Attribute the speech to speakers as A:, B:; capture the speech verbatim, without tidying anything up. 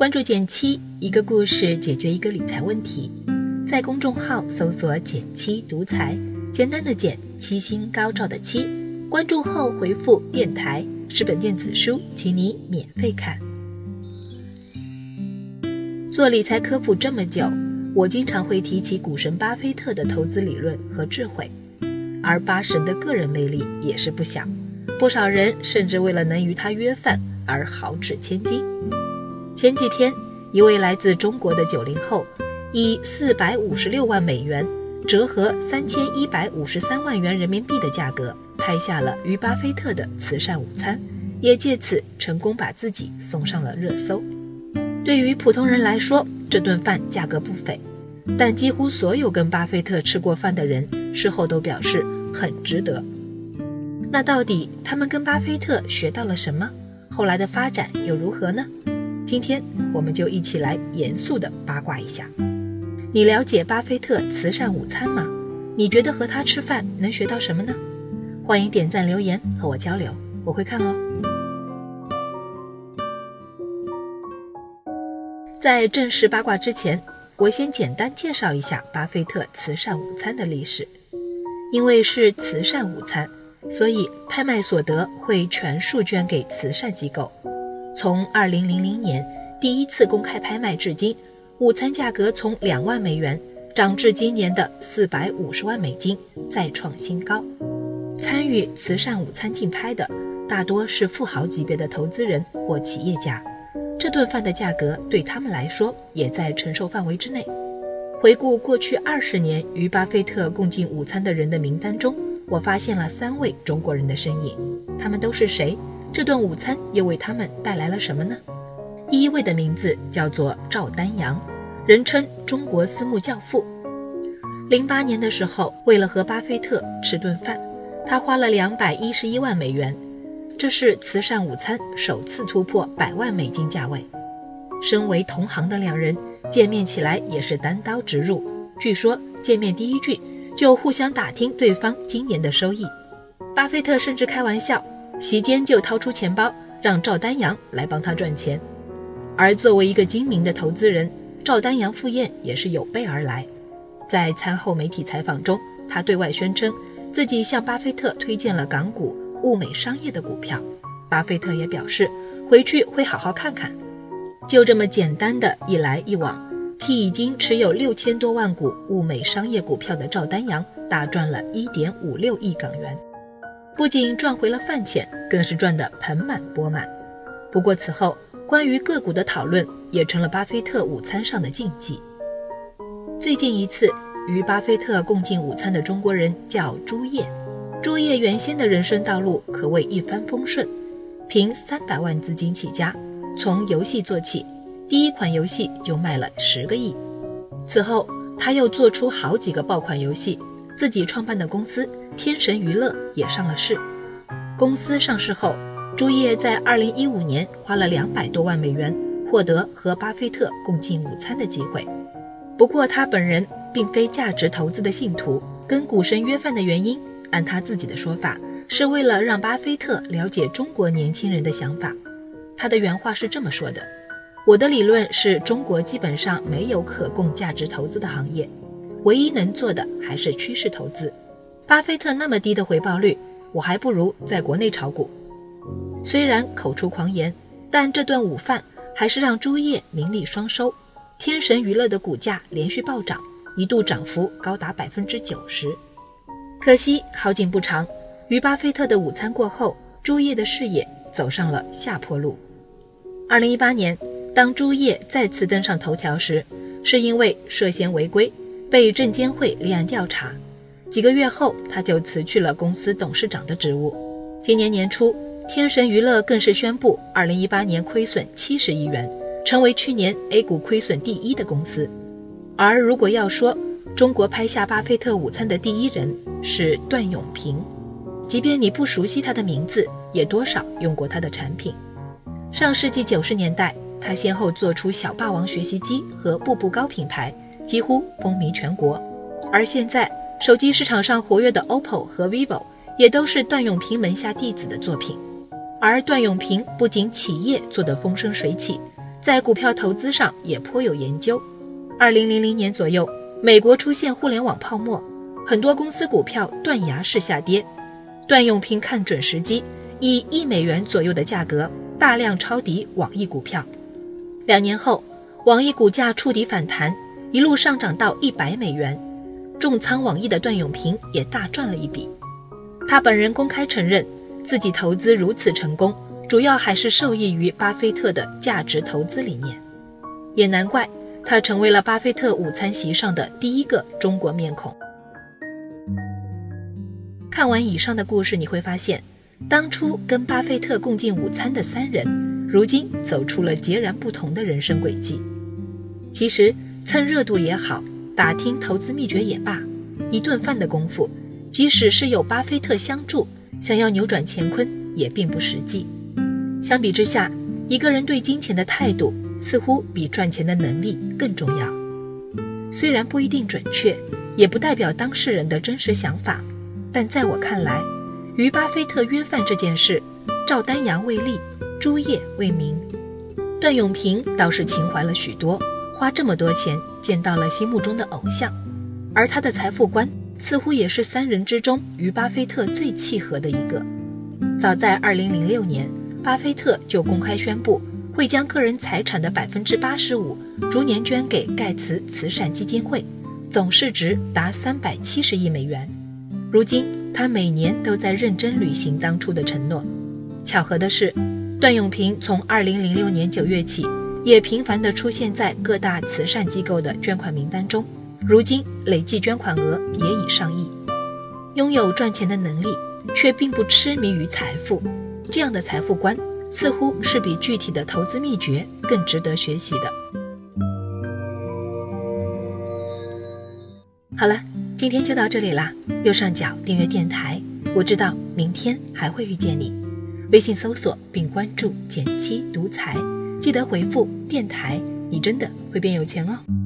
A: 关注减七，一个故事解决一个理财问题。在公众号搜索减七独裁，简单的减，七星高照的七。关注后回复电台，是本电子书，请你免费看。做理财科普这么久，我经常会提起股神巴菲特的投资理论和智慧，而巴神的个人魅力也是不小，不少人甚至为了能与他约饭而豪掷千金。前几天，一位来自中国的九零后，以四百五十六万美元，折合三千一百五十三万元人民币的价格，拍下了与巴菲特的慈善午餐，也借此成功把自己送上了热搜。对于普通人来说，这顿饭价格不菲，但几乎所有跟巴菲特吃过饭的人，事后都表示很值得。那到底他们跟巴菲特学到了什么？后来的发展又如何呢？今天我们就一起来严肃地八卦一下。你了解巴菲特慈善午餐吗？你觉得和他吃饭能学到什么呢？欢迎点赞留言和我交流，我会看哦。在正式八卦之前，我先简单介绍一下巴菲特慈善午餐的历史。因为是慈善午餐，所以拍卖所得会全数捐给慈善机构。从二零零零年第一次公开拍卖至今，午餐价格从两万美元涨至今年的四百五十万美金，再创新高。参与慈善午餐竞拍的大多是富豪级别的投资人或企业家，这顿饭的价格对他们来说也在承受范围之内。回顾过去二十年与巴菲特共进午餐的人的名单中，我发现了三位中国人的身影。他们都是谁？这顿午餐又为他们带来了什么呢？第一位的名字叫做赵丹阳，人称中国私募教父。零八年的时候，为了和巴菲特吃顿饭，他花了两百一十一万美元，这是慈善午餐首次突破百万美金价位。身为同行的两人见面起来也是单刀直入，据说见面第一句就互相打听对方今年的收益。巴菲特甚至开玩笑，席间就掏出钱包让赵丹阳来帮他赚钱。而作为一个精明的投资人，赵丹阳赴宴也是有备而来。在餐后媒体采访中，他对外宣称自己向巴菲特推荐了港股物美商业的股票，巴菲特也表示回去会好好看看。就这么简单的一来一往，替已经持有六千多万股物美商业股票的赵丹阳大赚了 一点五六亿港元，不仅赚回了饭钱，更是赚得盆满钵满。不过此后关于个股的讨论也成了巴菲特午餐上的禁忌。最近一次与巴菲特共进午餐的中国人叫朱烨。朱烨原先的人生道路可谓一帆风顺，凭三百万资金起家，从游戏做起，第一款游戏就卖了十个亿。此后他又做出好几个爆款游戏，自己创办的公司天神娱乐也上了市。公司上市后，朱烨在二零一五年花了两百多万美元，获得和巴菲特共进午餐的机会。不过他本人并非价值投资的信徒，跟股神约饭的原因，按他自己的说法，是为了让巴菲特了解中国年轻人的想法。他的原话是这么说的：我的理论是中国基本上没有可供价值投资的行业，唯一能做的还是趋势投资。巴菲特那么低的回报率，我还不如在国内炒股。虽然口出狂言，但这顿午饭还是让朱烨名利双收。天神娱乐的股价连续暴涨，一度涨幅高达 百分之九十。 可惜好景不长，与巴菲特的午餐过后，朱烨的事业走上了下坡路。二零一八年，当朱烨再次登上头条时，是因为涉嫌违规，被证监会立案调查。几个月后，他就辞去了公司董事长的职务。今年年初，天神娱乐更是宣布二零一八年亏损七十亿元，成为去年 A 股亏损第一的公司。而如果要说中国拍下巴菲特午餐的第一人是段永平，即便你不熟悉他的名字，也多少用过他的产品。上世纪九十年代，他先后做出小霸王学习机和步步高品牌，几乎风靡全国。而现在手机市场上活跃的 O P P O 和 vivo 也都是段永平门下弟子的作品。而段永平不仅企业做得风生水起， 在股票投资上也颇有研究。二零零零年左右，美国出现互联网泡沫，很多公司股票断崖式下跌。段永平看准时机，以一美元左右的价格大量抄底网易股票。两年后，网易股价触底反弹，一路上涨到一百美元。重仓网易的段永平也大赚了一笔。他本人公开承认，自己投资如此成功，主要还是受益于巴菲特的价值投资理念。也难怪他成为了巴菲特午餐席上的第一个中国面孔。看完以上的故事，你会发现，当初跟巴菲特共进午餐的三人，如今走出了截然不同的人生轨迹。其实蹭热度也好，打听投资秘诀也罢，一顿饭的功夫，即使是有巴菲特相助，想要扭转乾坤也并不实际。相比之下，一个人对金钱的态度似乎比赚钱的能力更重要。虽然不一定准确，也不代表当事人的真实想法，但在我看来，与巴菲特约饭这件事，赵丹阳为利，朱叶为名。段永平倒是情怀了许多，花这么多钱见到了心目中的偶像，而他的财富观似乎也是三人之中与巴菲特最契合的一个。早在二零零六年，巴菲特就公开宣布会将个人财产的 百分之八十五 逐年捐给盖茨慈善基金会，总市值达三百七十亿美元。如今他每年都在认真履行当初的承诺。巧合的是，段永平从二零零六年九月起也频繁地出现在各大慈善机构的捐款名单中，如今累计捐款额也已上亿。拥有赚钱的能力，却并不痴迷于财富，这样的财富观似乎是比具体的投资秘诀更值得学习的。好了，今天就到这里啦，右上角订阅电台，我知道明天还会遇见你。微信搜索并关注减七独裁，记得回复电台，你真的会变有钱哦。